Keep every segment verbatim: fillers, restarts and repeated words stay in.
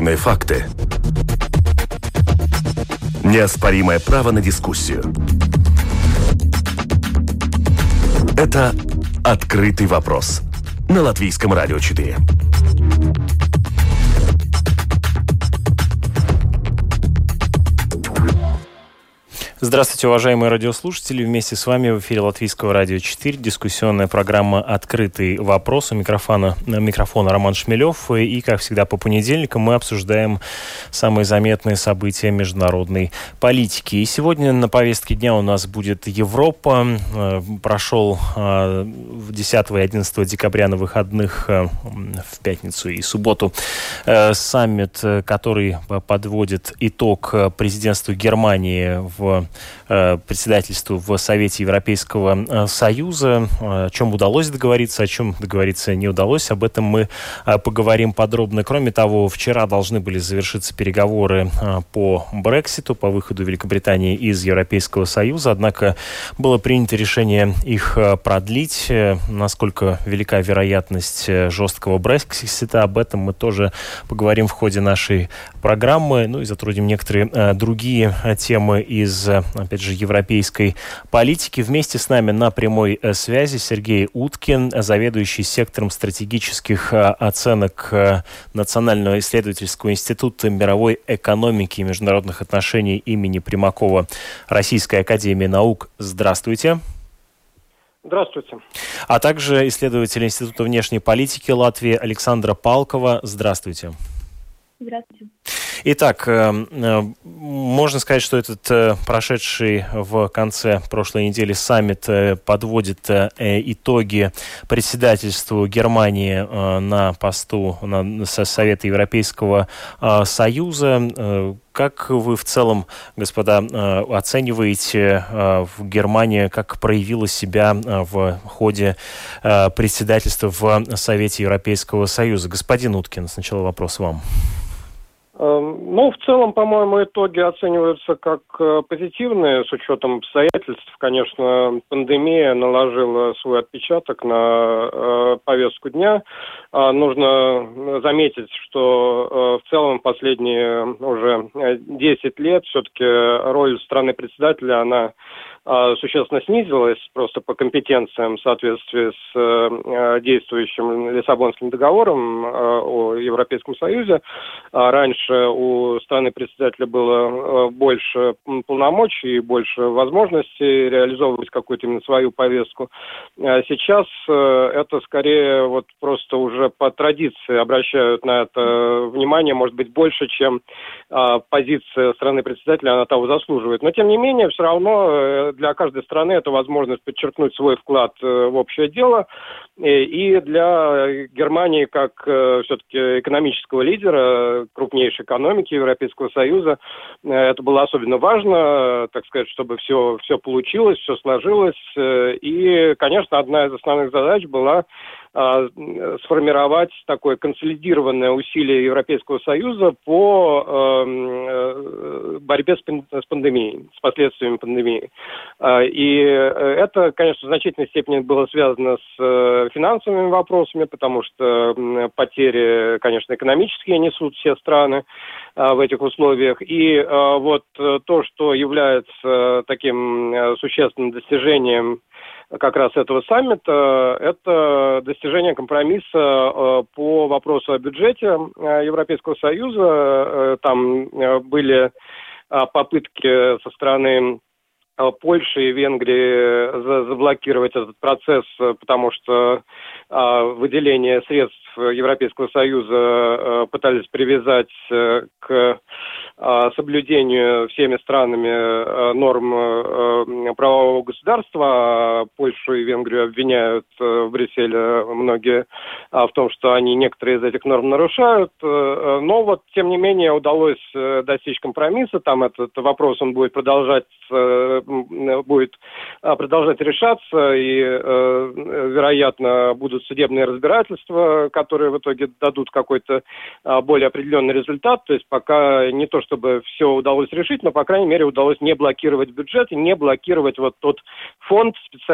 Неоспоримые факты. Неоспоримое право на дискуссию. Это «Открытый вопрос» на Латвийском радио четыре. Здравствуйте, уважаемые радиослушатели. Вместе с вами в эфире Латвийского радио четыре дискуссионная программа «Открытый вопрос». У микрофона, микрофона Роман Шмелев. И, как всегда, по понедельникам мы обсуждаем самые заметные события международной политики. И сегодня на повестке дня у нас будет Европа. Прошел десятого и одиннадцатого декабря на выходных в пятницу и субботу саммит, который подводит итог президентству Германии в председательству в Совете Европейского Союза. О чем удалось договориться, о чем договориться не удалось, об этом мы поговорим подробно. Кроме того, вчера должны были завершиться переговоры по Брекситу, по выходу Великобритании из Европейского Союза, однако было принято решение их продлить. Насколько велика вероятность жесткого Брексита, об этом мы тоже поговорим в ходе нашей программы, ну и затрудним некоторые другие темы из, опять же, европейской политики. Вместе с нами на прямой связи Сергей Уткин, заведующий сектором стратегических оценок Национального исследовательского института мировой экономики и международных отношений имени Примакова Российской академии наук. Здравствуйте. Здравствуйте. А также исследователь Института внешней политики Латвии Александра Палкова. Здравствуйте. Здравствуйте. Итак, можно сказать, что этот прошедший в конце прошлой недели саммит подводит итоги председательству Германии на посту на Совета Европейского Союза. Как вы в целом, господа, оцениваете в Германии, как проявила себя в ходе председательства в Совете Европейского Союза? Господин Уткин, сначала вопрос вам. Ну, в целом, по-моему, итоги оцениваются как позитивные, с учетом обстоятельств. Конечно, пандемия наложила свой отпечаток на э, повестку дня. А нужно заметить, что э, в целом последние уже десять лет все-таки роль страны-председателя, она э, существенно снизилась просто по компетенциям в соответствии с э, действующим Лиссабонским договором э, о Европейском Союзе. А раньше у страны-председателя было больше полномочий и больше возможностей реализовывать какую-то именно свою повестку. А сейчас это скорее вот просто уже по традиции обращают на это внимание, может быть, больше, чем а, позиция страны-председателя, она того заслуживает. Но, тем не менее, все равно для каждой страны это возможность подчеркнуть свой вклад в общее дело. И для Германии, как все-таки экономического лидера, крупнейшей экономики Европейского Союза, это было особенно важно, так сказать, чтобы все, все получилось, все сложилось. И, конечно, одна из основных задач была сформировать такое консолидированное усилие Европейского Союза по э, борьбе с, с пандемией, с последствиями пандемии. И это, конечно, в значительной степени было связано с финансовыми вопросами, потому что потери, конечно, экономические несут все страны в этих условиях. И вот то, что является таким существенным достижением как раз этого саммита, это достижение компромисса по вопросу о бюджете Европейского Союза. Там были попытки со стороны Польши и Венгрии заблокировать этот процесс, потому что выделение средств Европейского Союза пытались привязать к соблюдению всеми странами норм правового государства. Польшу и Венгрию обвиняют в Брюсселе многие в том, что они некоторые из этих норм нарушают. Но вот, тем не менее, удалось достичь компромисса. Там этот вопрос, он будет продолжать, будет продолжать решаться, и, вероятно, будут судебные разбирательства, которые в итоге дадут какой-то более определенный результат. То есть пока не то, чтобы все удалось решить, но, по крайней мере, удалось не блокировать бюджет и не блокировать вот тот фонд специальный, который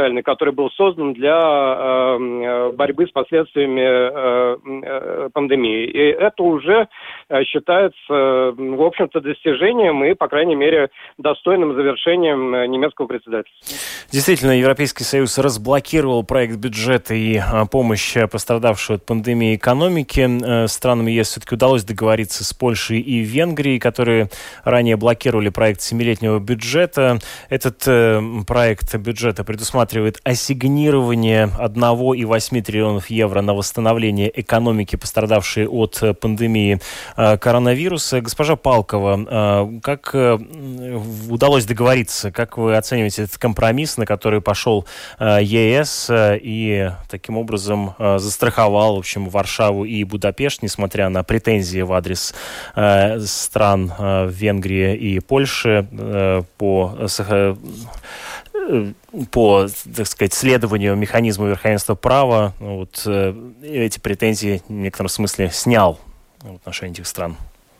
который был создан для борьбы с последствиями пандемии. И это уже считается, в общем-то, достижением и, по крайней мере, достойным завершением немецкого председательства. Действительно, Европейский Союз разблокировал проект бюджета и помощь пострадавшей от пандемии экономики. Странам ЕС все-таки удалось договориться с Польшей и Венгрией, которые ранее блокировали проект семилетнего бюджета. Этот э, проект бюджета предусматривает ассигнирование одна целых восемь десятых триллионов евро на восстановление экономики, пострадавшей от пандемии э, коронавируса. Госпожа Палкова, э, как э, удалось договориться? Как вы оцениваете этот компромисс, на который пошел э, ЕС э, и таким образом э, застраховал, в общем, Варшаву и Будапешт, несмотря на претензии в адрес э, стран э, Венгрии и Польши э, по, э, по, так сказать, следованию механизма верховенства права. Вот э, эти претензии в некотором смысле снял в отношении этих стран.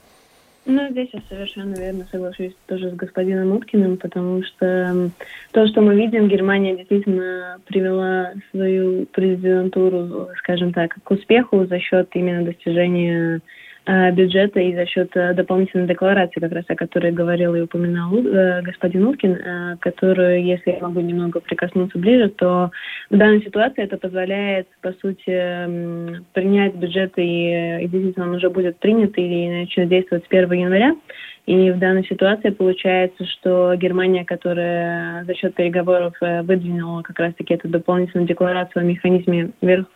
Ну, здесь я совершенно верно соглашусь тоже с господином Уткиным, потому что то, что мы видим, Германия действительно привела свою президентуру, скажем так, к успеху за счет именно достижения э, бюджета и за счет э, дополнительной декларации, как раз о которой говорил и упоминал э, господин Уткин, э, которую, если я могу немного прикоснуться ближе, то в данной ситуации это позволяет, по сути, э, принять бюджет, и, и действительно он уже будет принят и начнет действовать с первого января. И в данной ситуации получается, что Германия, которая за счет переговоров выдвинула как раз-таки эту дополнительную декларацию о механизме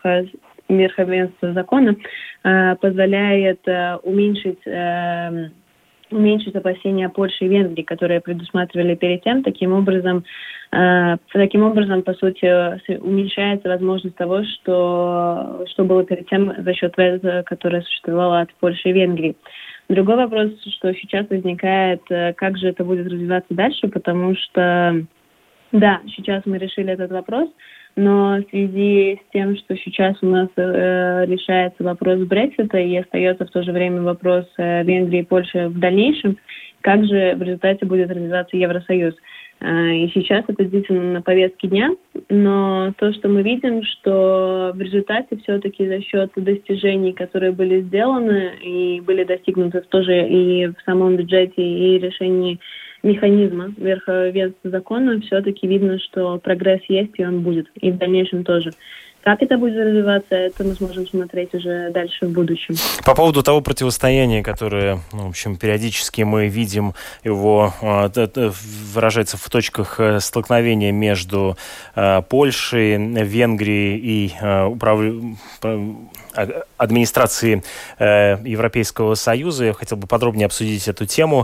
верховенства закона, позволяет уменьшить, уменьшить опасения Польши и Венгрии, которые предусматривали перед тем. Таким образом, таким образом, по сути, уменьшается возможность того, что, что было перед тем за счет вето, которое существовало от Польши и Венгрии. Другой вопрос, что сейчас возникает, как же это будет развиваться дальше, потому что, да, сейчас мы решили этот вопрос, но в связи с тем, что сейчас у нас э, решается вопрос Брексита и остается в то же время вопрос э, Венгрии и Польши в дальнейшем, как же в результате будет развиваться Евросоюз. И сейчас это действительно на повестке дня, но то, что мы видим, что в результате все-таки за счет достижений, которые были сделаны и были достигнуты тоже и в самом бюджете, и решении механизма верховенства закона, все-таки видно, что прогресс есть и он будет, и в дальнейшем тоже. Как это будет развиваться, это мы сможем смотреть уже дальше в будущем. По поводу того противостояния, которое, ну, в общем, периодически мы видим, его выражается в точках столкновения между Польшей, Венгрией и управ... администрацией Европейского Союза. Я хотел бы подробнее обсудить эту тему.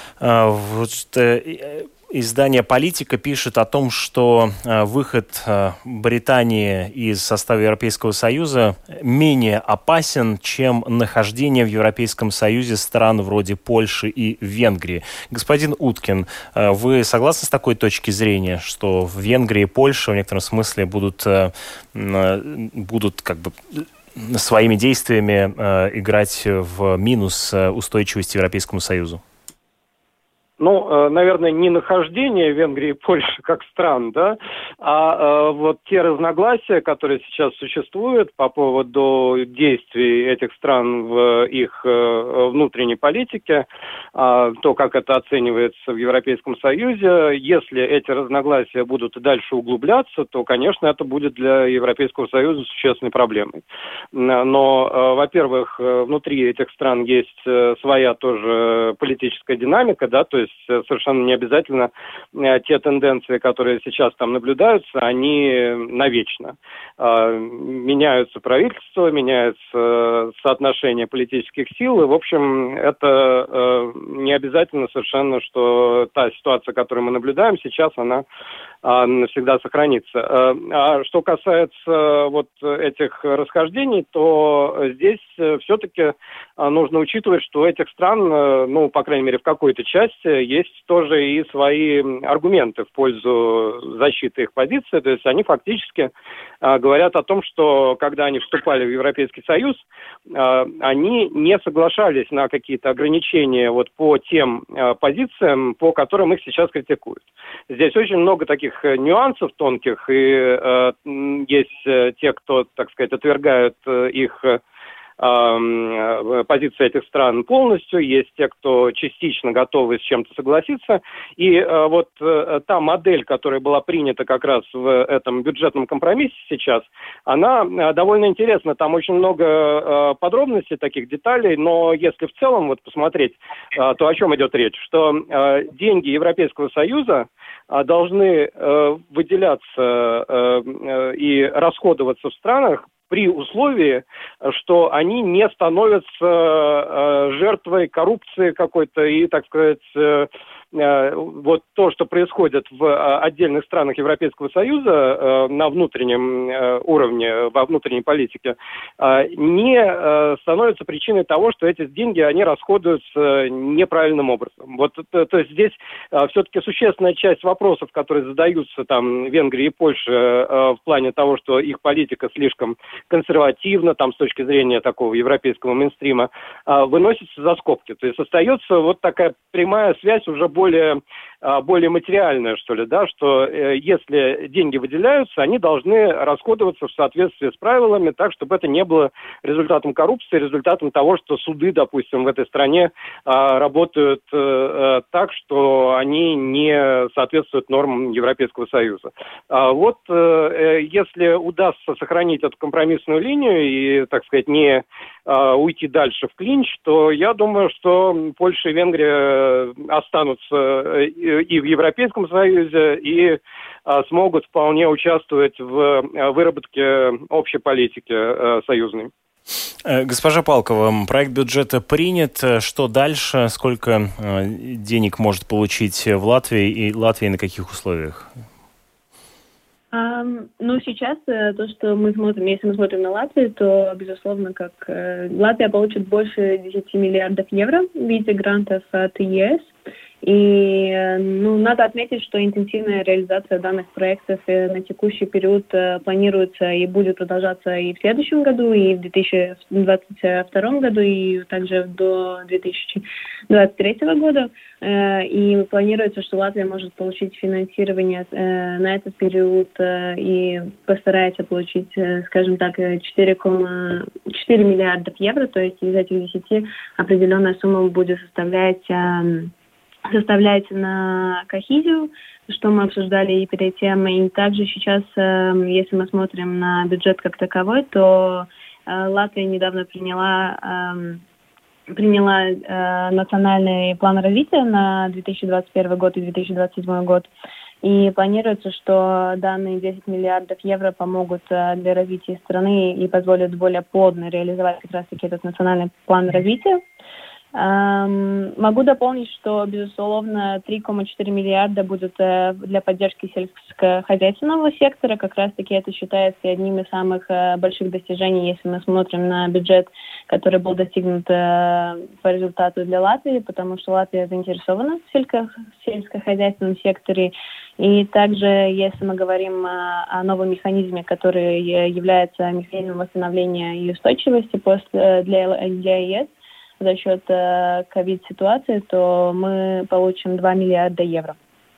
Издание «Политика» пишет о том, что э, выход э, Британии из состава Европейского Союза менее опасен, чем нахождение в Европейском Союзе стран вроде Польши и Венгрии. Господин Уткин, э, вы согласны с такой точки зрения, что в Венгрии и Польше в некотором смысле будут, э, э, будут как бы своими действиями э, играть в минус э, устойчивости Европейскому Союзу? Ну, наверное, не нахождение Венгрии и Польши как стран, да, а вот те разногласия, которые сейчас существуют по поводу действий этих стран в их внутренней политике, то, как это оценивается в Европейском Союзе. Если эти разногласия будут и дальше углубляться, то, конечно, это будет для Европейского Союза существенной проблемой. Но, во-первых, внутри этих стран есть своя тоже политическая динамика, да, то есть совершенно не обязательно те тенденции, которые сейчас там наблюдаются, они навечно. Меняются правительства, меняется соотношение политических сил, и, в общем, это не обязательно совершенно, что та ситуация, которую мы наблюдаем сейчас, она навсегда сохранится. А что касается вот этих расхождений, то здесь все-таки нужно учитывать, что у этих стран, ну, по крайней мере, в какой-то части есть тоже и свои аргументы в пользу защиты их позиции. То есть они фактически говорят о том, что когда они вступали в Европейский Союз, они не соглашались на какие-то ограничения вот по тем позициям, по которым их сейчас критикуют. Здесь очень много таких таких нюансов тонких, и э, есть те, кто, так сказать, отвергают их позиции этих стран полностью, есть те, кто частично готовы с чем-то согласиться. И э, вот э, та модель, которая была принята как раз в этом бюджетном компромиссе сейчас, она э, довольно интересна. Там очень много э, подробностей, таких деталей, но если в целом вот посмотреть, э, то о чем идет речь? Что э, деньги Европейского Союза э, должны э, выделяться э, э, и расходоваться в странах при условии, что они не становятся э, жертвой коррупции какой-то и, так сказать, э, э, вот то, что происходит в э, отдельных странах Европейского Союза э, на внутреннем э, уровне, во внутренней политике, э, не э, становится причиной того, что эти деньги, они расходуются неправильным образом. Вот то, то есть здесь э, все-таки существенная часть вопросов, которые задаются там Венгрии и Польше э, в плане того, что их политика слишком консервативно, там, с точки зрения такого европейского мейнстрима, э, выносится за скобки. То есть остается вот такая прямая связь уже более, э, более материальная, что ли, да, что э, если деньги выделяются, они должны расходоваться в соответствии с правилами, так, чтобы это не было результатом коррупции, результатом того, что суды, допустим, в этой стране э, работают э, так, что они не соответствуют нормам Европейского Союза. А вот э, если удастся сохранить эту компромиссную линию и, так сказать, не а, уйти дальше в клинч, то я думаю, что Польша и Венгрия останутся и в Европейском Союзе, и а, смогут вполне участвовать в выработке общей политики а, союзной. Госпожа Палкова, проект бюджета принят. Что дальше? Сколько денег может получить в Латвии и Латвии на каких условиях? Um, ну, сейчас то, что мы смотрим, если мы смотрим на Латвию, то, безусловно, как э, Латвия получит больше десять миллиардов евро в виде грантов от ЕС. И ну, надо отметить, что интенсивная реализация данных проектов на текущий период планируется и будет продолжаться и в следующем году, и в две тысячи двадцать втором году, и также до две тысячи двадцать третьего года. И планируется, что Латвия может получить финансирование на этот период и постарается получить, скажем так, четыре целых четыре миллиардов евро, то есть из этих десяти определенная сумма будет составлять составлять на кохезию, что мы обсуждали и перед тем. И также сейчас, если мы смотрим на бюджет как таковой, то Латвия недавно приняла, приняла национальный план развития на две тысячи двадцать первый год и две тысячи двадцать седьмой год. И планируется, что данные десять миллиардов евро помогут для развития страны и позволят более плотно реализовать как раз-таки этот национальный план развития. Um, могу дополнить, что, безусловно, три целых четыре миллиарда будут uh, для поддержки сельскохозяйственного сектора. Как раз-таки это считается одним из самых uh, больших достижений, если мы смотрим на бюджет, который был достигнут uh, по результату для Латвии, потому что Латвия заинтересована в сельско- сельскохозяйственном секторе. И также, если мы говорим uh, о новом механизме, который является механизмом восстановления и устойчивости после, для, для ЕС, за счет э, ковид-ситуации, то мы получим два миллиарда евро.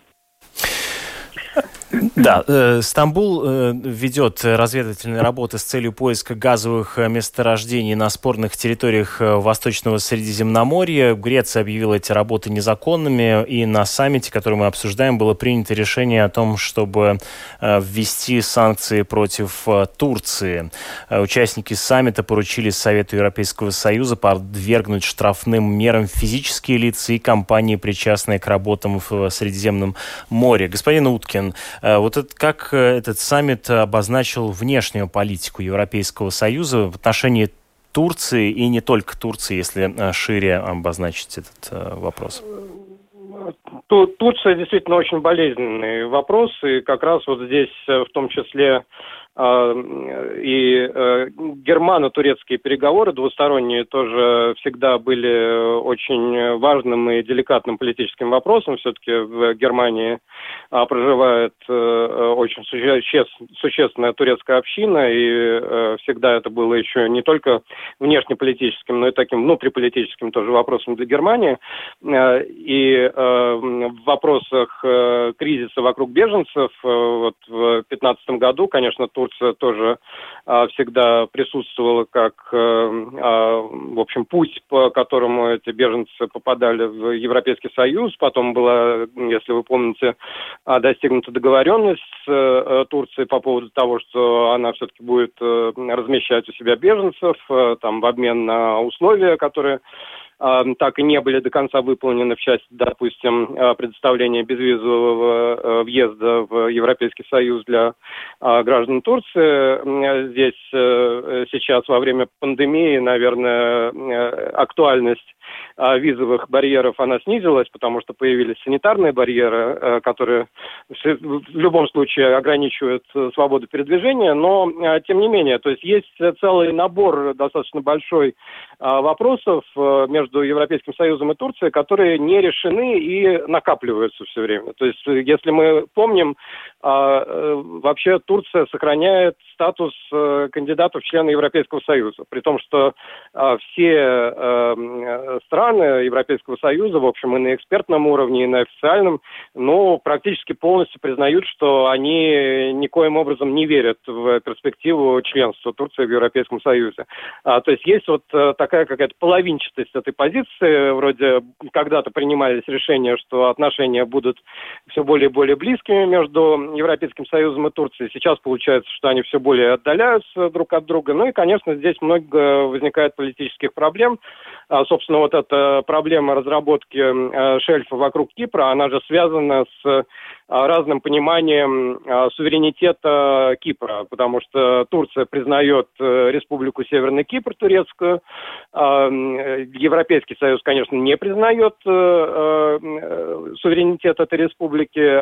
Да, э, Стамбул э, ведет разведывательные работы с целью поиска газовых месторождений на спорных территориях Восточного Средиземноморья. Греция объявила эти работы незаконными, и на саммите, который мы обсуждаем, было принято решение о том, чтобы э, ввести санкции против э, Турции. Э, участники саммита поручили Совету Европейского Союза подвергнуть штрафным мерам физические лица и компании, причастные к работам в Средиземном море. Господин Уткин, вот это, как этот саммит обозначил внешнюю политику Европейского Союза в отношении Турции и не только Турции, если шире обозначить этот вопрос? Турция действительно очень болезненный вопрос, и как раз вот здесь в том числе и германо-турецкие переговоры двусторонние тоже всегда были очень важным и деликатным политическим вопросом. Все-таки в Германии проживает очень существенная турецкая община, и всегда это было еще не только внешнеполитическим, но и таким внутриполитическим тоже вопросом для Германии. И в вопросах кризиса вокруг беженцев. Вот в две тысячи пятнадцатом году, конечно, Турция тоже всегда присутствовала как, в общем, путь, по которому эти беженцы попадали в Европейский Союз. Потом была, если вы помните, достигнута договоренность с Турцией по поводу того, что она все-таки будет размещать у себя беженцев, там, в обмен на условия, которые так и не были до конца выполнены в части, допустим, предоставления безвизового въезда в Европейский Союз для граждан Турции. Здесь сейчас во время пандемии, наверное, актуальность визовых барьеров, она снизилась, потому что появились санитарные барьеры, которые в любом случае ограничивают свободу передвижения, но тем не менее, то есть есть целый набор достаточно большой вопросов между Европейским Союзом и Турцией, которые не решены и накапливаются все время. То есть, если мы помним, вообще Турция сохраняет статус кандидата в члены Европейского Союза, при том, что все страны Европейского Союза, в общем, и на экспертном уровне, и на официальном, ну, практически полностью признают, что они никоим образом не верят в перспективу членства Турции в Европейском Союзе. А, то есть есть вот такая какая-то половинчатость этой позиции, вроде когда-то принимались решения, что отношения будут все более и более близкими между Европейским Союзом и Турцией. Сейчас получается, что они все более отдаляются друг от друга. Ну и, конечно, здесь много возникает политических проблем. А, собственно, вот эта проблема разработки а, шельфа вокруг Кипра, она же связана с а, разным пониманием а, суверенитета Кипра, потому что Турция признает а, Республику Северный Кипр турецкую, а, Европейский Союз, конечно, не признает а, а, суверенитет этой республики, а,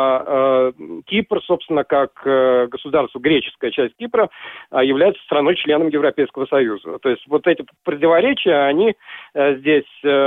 а Кипр, собственно, как а, государство, греческая часть Кипра, а, является страной-членом Европейского Союза. То есть вот эти противоречия, они а, здесь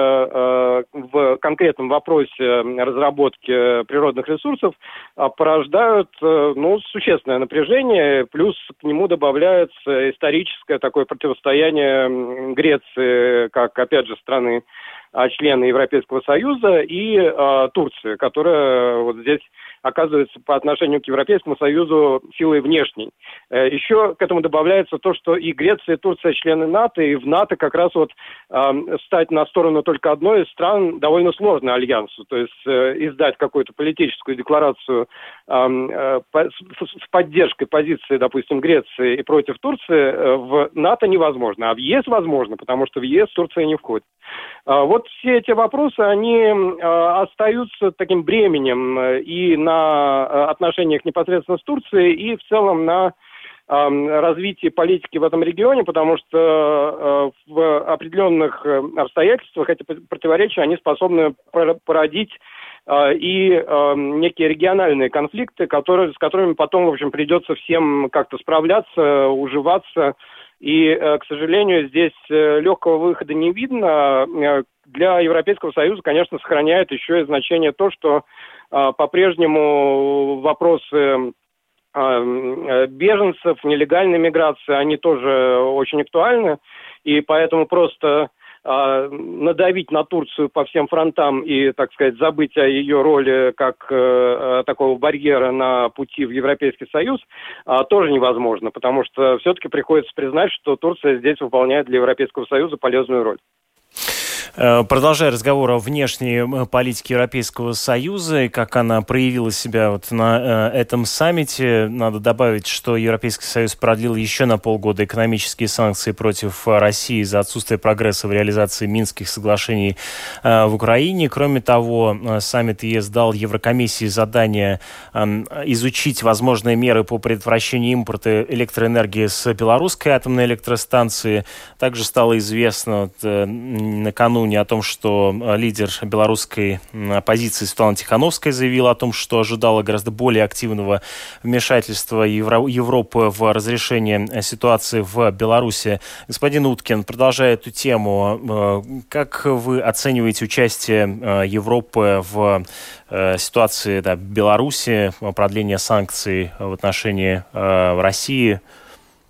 а, а, в конкретном вопросе разработки природных ресурсов а, порождают а, ну, существенное напряжение, плюс к нему добавляется историческое такое противостояние Греции, как, опять же, страны члены Европейского Союза, и э, Турции, которая вот здесь оказывается по отношению к Европейскому Союзу силой внешней. Э, еще к этому добавляется то, что и Греция, и Турция члены НАТО, и в НАТО как раз вот э, стать на сторону только одной из стран довольно сложно альянсу. То есть э, издать какую-то политическую декларацию э, э, по, с, с поддержкой позиции, допустим, Греции и против Турции э, в НАТО невозможно, а в ЕС возможно, потому что в ЕС Турция не входит. Э, вот все эти вопросы, они э, остаются таким бременем э, и на э, отношениях непосредственно с Турцией, и в целом на э, развитии политики в этом регионе, потому что э, в определенных обстоятельствах эти противоречия, они способны породить э, и э, некие региональные конфликты, которые, с которыми потом, в общем, придется всем как-то справляться, уживаться. И, к сожалению, здесь легкого выхода не видно. Для Европейского Союза, конечно, сохраняет еще и значение то, что по-прежнему вопросы беженцев, нелегальной миграции, они тоже очень актуальны. И поэтому просто надавить на Турцию по всем фронтам и, так сказать, забыть о ее роли как э, такого барьера на пути в Европейский Союз э, тоже невозможно, потому что все-таки приходится признать, что Турция здесь выполняет для Европейского Союза полезную роль. Продолжая разговор о внешней политике Европейского Союза и как она проявила себя вот на этом саммите, надо добавить, что Европейский Союз продлил еще на полгода экономические санкции против России за отсутствие прогресса в реализации Минских соглашений в Украине. Кроме того, саммит ЕС дал Еврокомиссии задание изучить возможные меры по предотвращению импорта электроэнергии с белорусской атомной электростанции. Также стало известно вот, накануне о том, что лидер белорусской оппозиции Светлана Тихановская заявила о том, что ожидала гораздо более активного вмешательства Евро- Европы в разрешение ситуации в Беларуси. Господин Уткин, продолжая эту тему, как вы оцениваете участие Европы в ситуации да, в Беларуси, продление санкций в отношении России?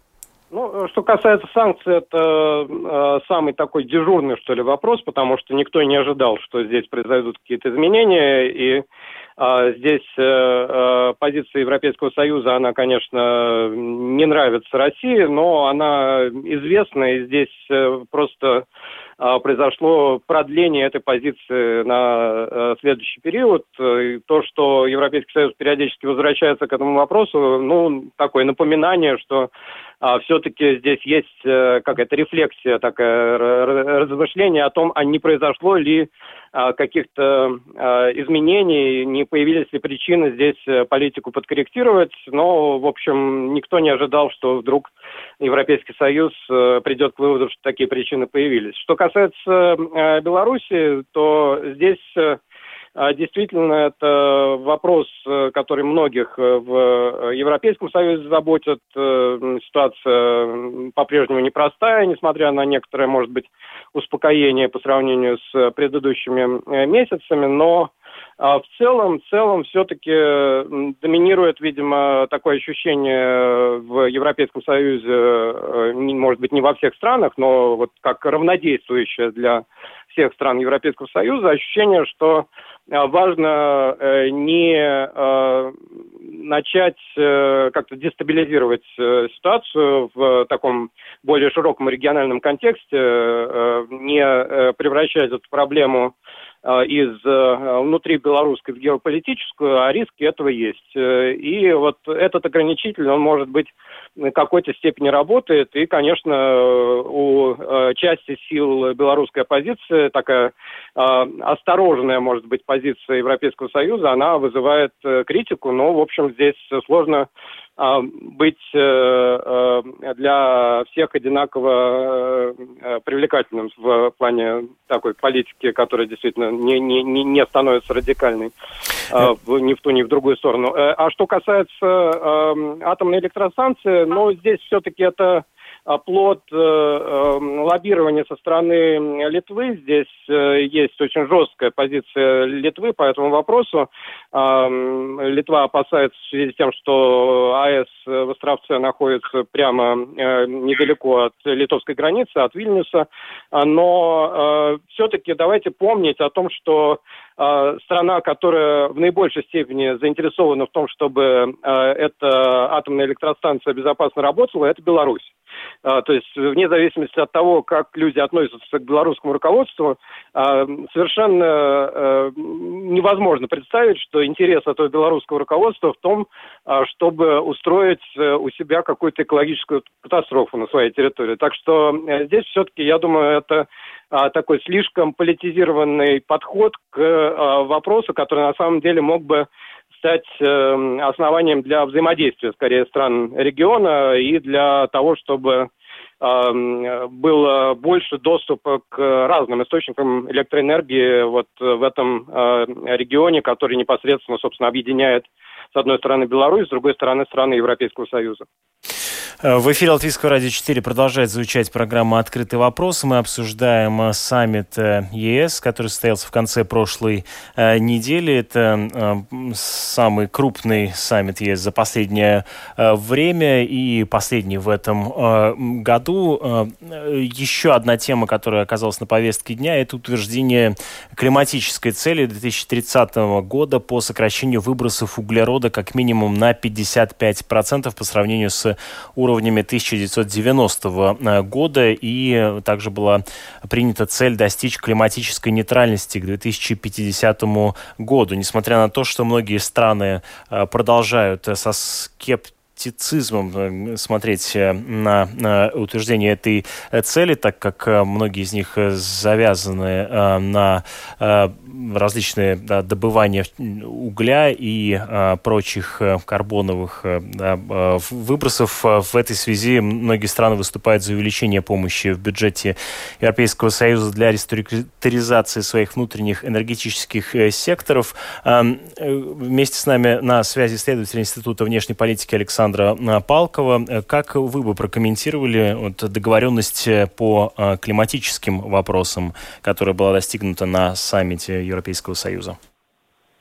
Ну, что касается санкций, это э, самый такой дежурный, что ли, вопрос, потому что никто не ожидал, что здесь произойдут какие-то изменения, и э, здесь э, э, позиция Европейского Союза, она, конечно, не нравится России, но она известна, и здесь э, просто э, произошло продление этой позиции на э, следующий период. И то, что Европейский Союз периодически возвращается к этому вопросу, ну, такое напоминание, что А все-таки здесь есть э, какая-то рефлексия, такая размышление о том, а не произошло ли э, каких-то э, изменений, не появились ли причины здесь политику подкорректировать. Но, в общем, никто не ожидал, что вдруг Европейский Союз э, придет к выводу, что такие причины появились. Что касается э, Беларуси, то здесь... Э, Действительно, это вопрос, который многих в Европейском Союзе заботит. Ситуация по-прежнему непростая, несмотря на некоторое, может быть, успокоение по сравнению с предыдущими месяцами, но в целом, в целом все-таки доминирует, видимо, такое ощущение в Европейском Союзе, может быть, не во всех странах, но вот как равнодействующее для всех стран Европейского Союза ощущение, что важно не начать как-то дестабилизировать ситуацию в таком более широком региональном контексте, не превращать эту проблему из внутри белорусской в геополитическую, а риски этого есть. И вот этот ограничитель, он, может быть, в какой-то степени работает, и, конечно, у части сил белорусской оппозиции такая осторожная, может быть, позиция Европейского Союза, она вызывает критику, но, в общем, здесь сложно быть для всех одинаково привлекательным в плане такой политики, которая действительно не, не, не становится радикальной ни в ту, ни в другую сторону. А что касается атомной электростанции, ну, здесь все-таки это плод э, э, лоббирования со стороны Литвы. Здесь э, есть очень жесткая позиция Литвы по этому вопросу. Э, Литва опасается в связи с тем, что АЭС в Островце находится прямо э, недалеко от литовской границы, от Вильнюса. Но э, все-таки давайте помнить о том, что э, страна, которая в наибольшей степени заинтересована в том, чтобы э, эта атомная электростанция безопасно работала, это Беларусь. То есть, вне зависимости от того, как люди относятся к белорусскому руководству, совершенно невозможно представить, что интерес этого белорусского руководства в том, чтобы устроить у себя какую-то экологическую катастрофу на своей территории. Так что здесь все-таки, я думаю, это такой слишком политизированный подход к вопросу, который на самом деле мог бы стать э, основанием для взаимодействия, скорее, стран региона и для того, чтобы э, было больше доступа к разным источникам электроэнергии вот в этом э, регионе, который непосредственно, собственно, объединяет, с одной стороны, Беларусь, с другой стороны, страны Европейского Союза. В эфире Латвийского радио четыре продолжает звучать программа «Открытый вопрос». Мы обсуждаем саммит ЕС, который состоялся в конце прошлой недели. Это самый крупный саммит ЕС за последнее время и последний в этом году. Еще одна тема, которая оказалась на повестке дня, это утверждение климатической цели две тысячи тридцатого года по сокращению выбросов углерода как минимум на пятьдесят пять процентов по сравнению с уровнем уровнями тысяча девятьсот девяностого года, и также была принята цель достичь климатической нейтральности к две тысячи пятидесятому году. Несмотря на то, что многие страны продолжают со скептикой смотреть на, на утверждение этой цели, так как многие из них завязаны на различные добывания угля и прочих карбоновых выбросов. В этой связи многие страны выступают за увеличение помощи в бюджете Европейского Союза для реструктуризации своих внутренних энергетических секторов. Вместе с нами на связи исследователь Института внешней политики Александр Палкова. Как вы бы прокомментировали вот договоренность по климатическим вопросам, которая была достигнута на саммите Европейского Союза?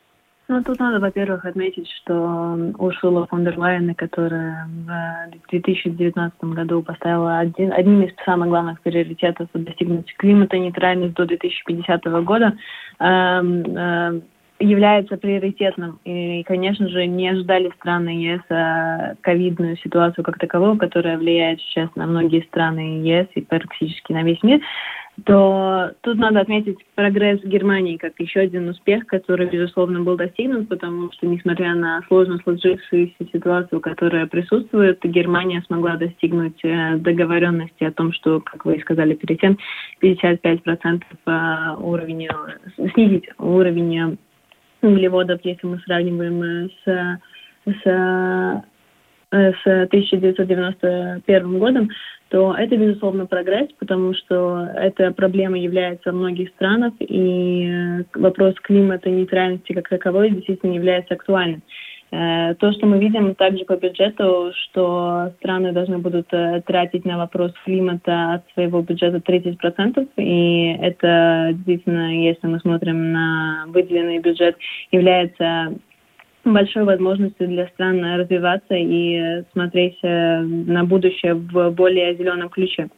Ну, тут надо, во-первых, отметить, что Урсула фон дер Лайен, которая в две тысячи девятнадцатом году поставила один, одним из самых главных приоритетов достигнуть климатонейтральности до две тысячи пятидесятого года, э, э, является приоритетным. И, конечно же, не ожидали страны ЕС ковидную ситуацию как таковую, которая влияет сейчас на многие страны ЕС и практически на весь мир, то тут надо отметить прогресс Германии как еще один успех, который, безусловно, был достигнут, потому что, несмотря на сложно сложившуюся ситуацию, которая присутствует, Германия смогла достигнуть договоренности о том, что, как вы и сказали перед тем, пятьдесят пять процентов уровня, снизить уровень углеводов, если мы сравниваем с, с, с тысяча девятьсот девяносто первым годом, то это, безусловно, прогресс, потому что эта проблема является в многих странах, и вопрос климата, нейтральности как таковой действительно является актуальным. То, что мы видим также по бюджету, что страны должны будут тратить на вопрос климата от своего бюджета тридцать процентов, и это действительно, если мы смотрим на выделенный бюджет, является большой возможностью для стран развиваться и смотреть на будущее в более зеленом ключе.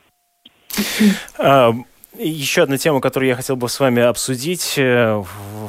Еще одна тема, которую я хотел бы с вами обсудить, это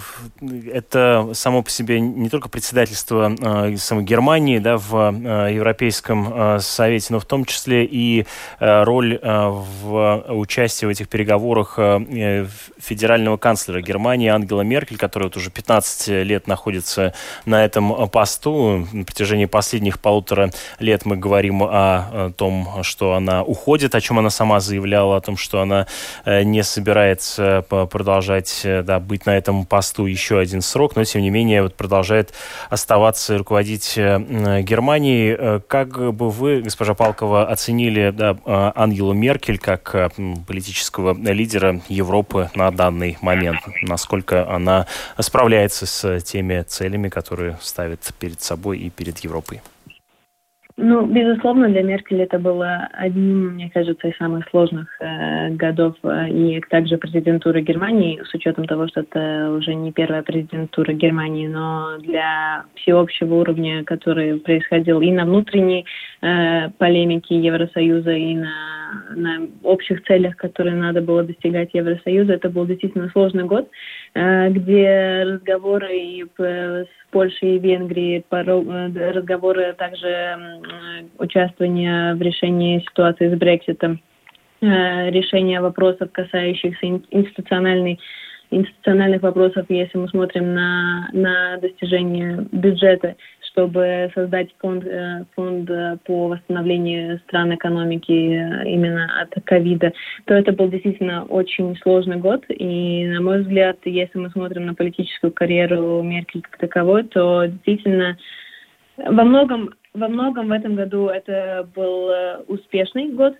само по себе не только председательство э, самой Германии, да, в э, Европейском э, Совете, но в том числе и э, роль э, в участии в этих переговорах э, федерального канцлера Германии Ангела Меркель, которая вот уже пятнадцать лет находится на этом посту. На протяжении последних полутора лет мы говорим о, о том, что она уходит, о чем она сама заявляла, о том, что она не собирается продолжать, да, быть на этом посту еще один срок, но, тем не менее, вот продолжает оставаться и руководить Германией. Как бы вы, госпожа Палкова, оценили, да, Ангелу Меркель как политического лидера Европы на данный момент? Насколько она справляется с теми целями, которые ставит перед собой и перед Европой? Ну, безусловно, для Меркель это было одним, мне кажется, из самых сложных э, годов, э, и также президентуры Германии, с учетом того, что это уже не первая президентура Германии, но для всеобщего уровня, который происходил и на внутренней э, полемике Евросоюза, и на, на общих целях, которые надо было достигать Евросоюза, это был действительно сложный год, э, где разговоры и с Польшей и Венгрией, разговоры также участие в решении ситуации с Брекситом, решение вопросов, касающихся институциональной, институциональных вопросов, если мы смотрим на, на достижение бюджета, чтобы создать фонд, фонд по восстановлению стран экономики именно от ковида, то это был действительно очень сложный год. И, на мой взгляд, если мы смотрим на политическую карьеру Меркель как таковой, то действительно во многом Во многом в этом году это был успешный год,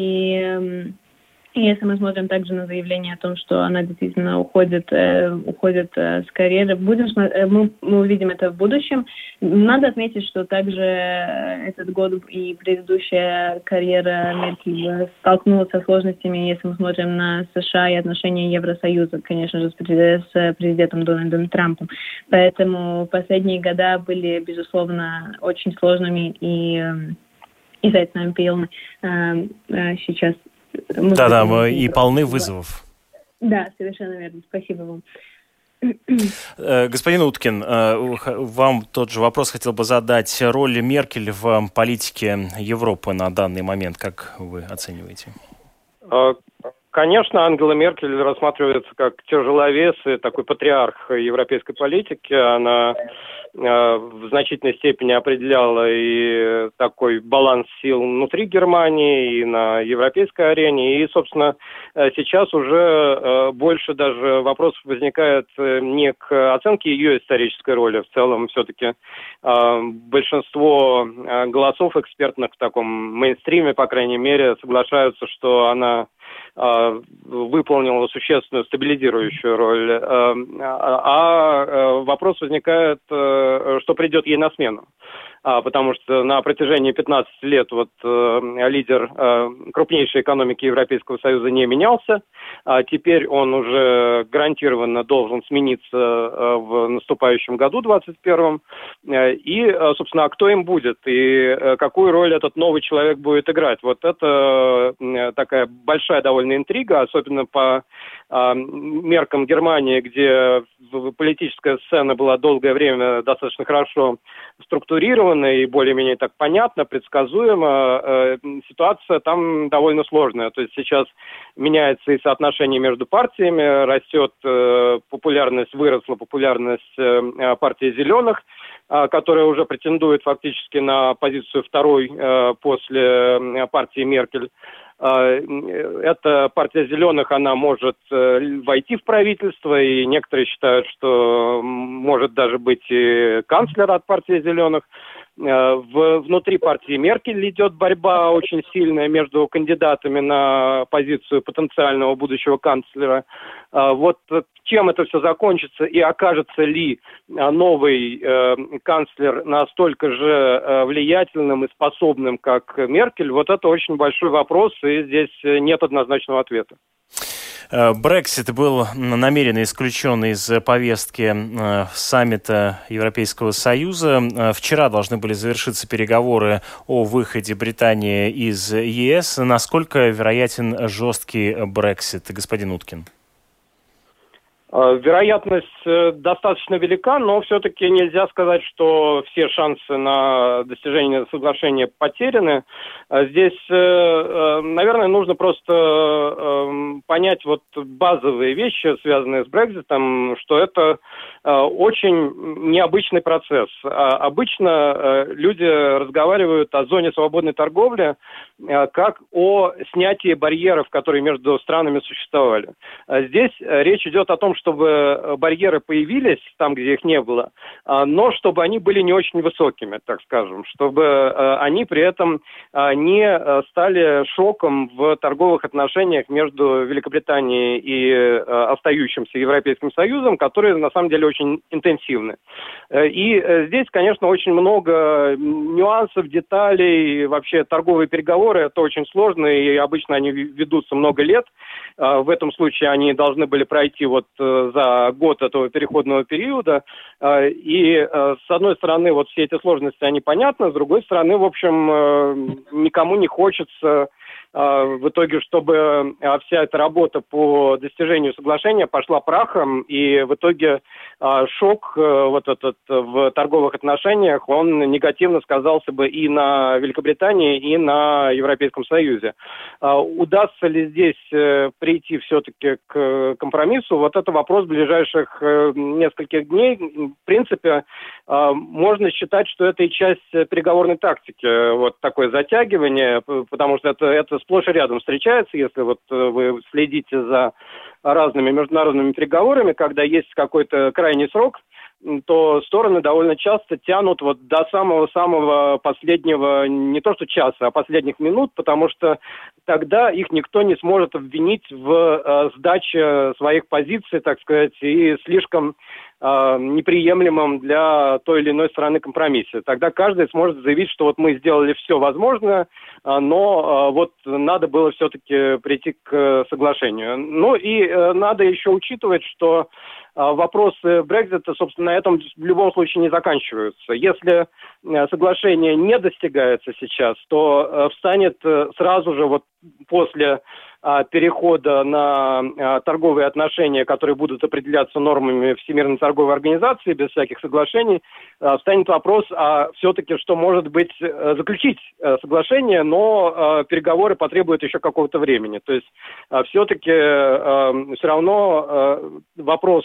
и если мы смотрим также на заявление о том, что она действительно уходит, э, уходит э, с карьеры, будем, э, мы, мы увидим это в будущем. Надо отметить, что также этот год и предыдущая карьера Меркель столкнулась со сложностями, если мы смотрим на США и отношения Евросоюза, конечно же, с президентом Дональдом Трампом. Поэтому последние года были, безусловно, очень сложными, и, и за это нам пилно сейчас. Да-да, и полны вызовов. Да, совершенно верно. Спасибо вам. Господин Уткин, вам тот же вопрос хотел бы задать. Роль Меркель в политике Европы на данный момент, как вы оцениваете? Конечно, Ангела Меркель рассматривается как тяжеловес и такой патриарх европейской политики. Она в значительной степени определяла и такой баланс сил внутри Германии, и на европейской арене. И, собственно, сейчас уже больше даже вопросов возникает не к оценке ее исторической роли. В целом, все-таки большинство голосов экспертных в таком мейнстриме, по крайней мере, соглашаются, что она выполнила существенную стабилизирующую роль. А вопрос возникает, что придет ей на смену. потому что на протяжении пятнадцати лет вот лидер крупнейшей экономики Европейского Союза не менялся. Теперь он уже гарантированно должен смениться в наступающем году, двадцать первом. И, собственно, а кто им будет и какую роль этот новый человек будет играть? Вот это такая большая довольно интрига, особенно по меркам Германии, где политическая сцена была долгое время достаточно хорошо структурирована и более-менее так понятно, предсказуемо. Ситуация там довольно сложная. То есть сейчас меняется и соотношение между партиями, растет популярность, выросла популярность партии «Зеленых», которая уже претендует фактически на позицию второй после партии Меркель. Эта партия «Зеленых», она может войти в правительство, и некоторые считают, что может даже быть и канцлер от партии «Зеленых». В, внутри партии Меркель идет борьба очень сильная между кандидатами на позицию потенциального будущего канцлера. Вот чем это все закончится и окажется ли новый э, канцлер настолько же влиятельным и способным, как Меркель, вот это очень большой вопрос, и здесь нет однозначного ответа. Брексит был намеренно исключен из повестки саммита Европейского Союза. Вчера должны были завершиться переговоры о выходе Британии из ЕС. Насколько вероятен жесткий Брексит, господин Уткин? Вероятность достаточно велика, но все-таки нельзя сказать, что все шансы на достижение соглашения потеряны. Здесь, наверное, нужно просто понять вот базовые вещи, связанные с Брекситом, что это очень необычный процесс. Обычно люди разговаривают о зоне свободной торговли как о снятии барьеров, которые между странами существовали. Здесь речь идет о том, чтобы барьеры появились там, где их не было, но чтобы они были не очень высокими, так скажем, чтобы они при этом не стали шоком в торговых отношениях между Великобританией и остающимся Европейским Союзом, которые на самом деле очень интенсивны. И здесь, конечно, очень много нюансов, деталей, вообще торговые переговоры, это очень сложно, и обычно они ведутся много лет. В этом случае они должны были пройти вот за год этого переходного периода. И, с одной стороны, вот все эти сложности, они понятны, с другой стороны, в общем, никому не хочется в итоге, чтобы вся эта работа по достижению соглашения пошла прахом, и в итоге шок вот этот в торговых отношениях, он негативно сказался бы и на Великобритании, и на Европейском Союзе. Удастся ли здесь прийти все-таки к компромиссу? Вот это вопрос ближайших нескольких дней. В принципе, можно считать, что это и часть переговорной тактики, вот такое затягивание, потому что это, это сплошь и рядом встречается, если вот вы следите за разными международными переговорами, когда есть какой-то крайний срок, то стороны довольно часто тянут вот до самого-самого последнего, не то что часа, а последних минут, потому что тогда их никто не сможет обвинить в э, сдаче своих позиций, так сказать, и слишком э, неприемлемом для той или иной стороны компромиссе. Тогда каждый сможет заявить, что вот мы сделали все возможное, э, но э, вот надо было все-таки прийти к соглашению. Ну и э, надо еще учитывать, что вопросы Брексита, собственно, на этом в любом случае не заканчиваются. Если соглашение не достигается сейчас, то встанет сразу же вот после перехода на торговые отношения, которые будут определяться нормами Всемирной торговой организации, без всяких соглашений, встанет вопрос, а все-таки, что может быть заключить соглашение, но переговоры потребуют еще какого-то времени. То есть все-таки все равно вопрос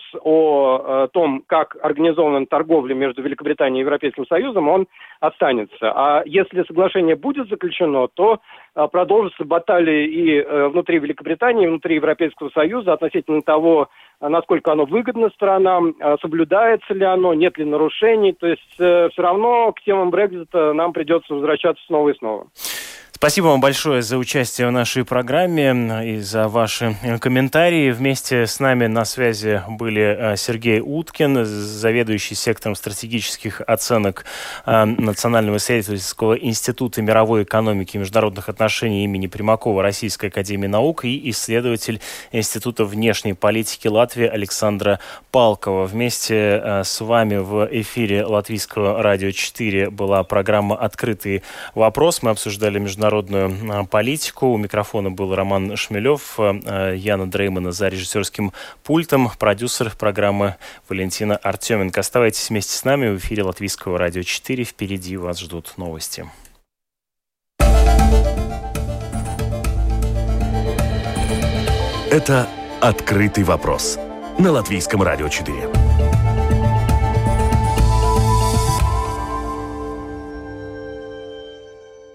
о том, как организована торговля между Великобританией и Европейским Союзом, он останется. А если соглашение будет заключено, то продолжатся баталии и внутри Великобритании, и внутри Европейского Союза относительно того, насколько оно выгодно сторонам, соблюдается ли оно, нет ли нарушений. То есть все равно к темам Брексита нам придется возвращаться снова и снова. Спасибо вам большое за участие в нашей программе и за ваши комментарии. Вместе с нами на связи были Сергей Уткин, заведующий сектором стратегических оценок Национального исследовательского института мировой экономики и международных отношений имени Примакова Российской академии наук, и исследователь Института внешней политики Латвии Александра Палкова. Вместе с вами в эфире Латвийского радио четыре была программа «Открытый вопрос». Мы обсуждали международную политику. У микрофона был Роман Шмелев, Яна Дреймана за режиссерским пультом, продюсер программы Валентина Артеменко. Оставайтесь вместе с нами в эфире Латвийского радио четыре. Впереди вас ждут новости. Это «Открытый вопрос» на Латвийском радио четыре.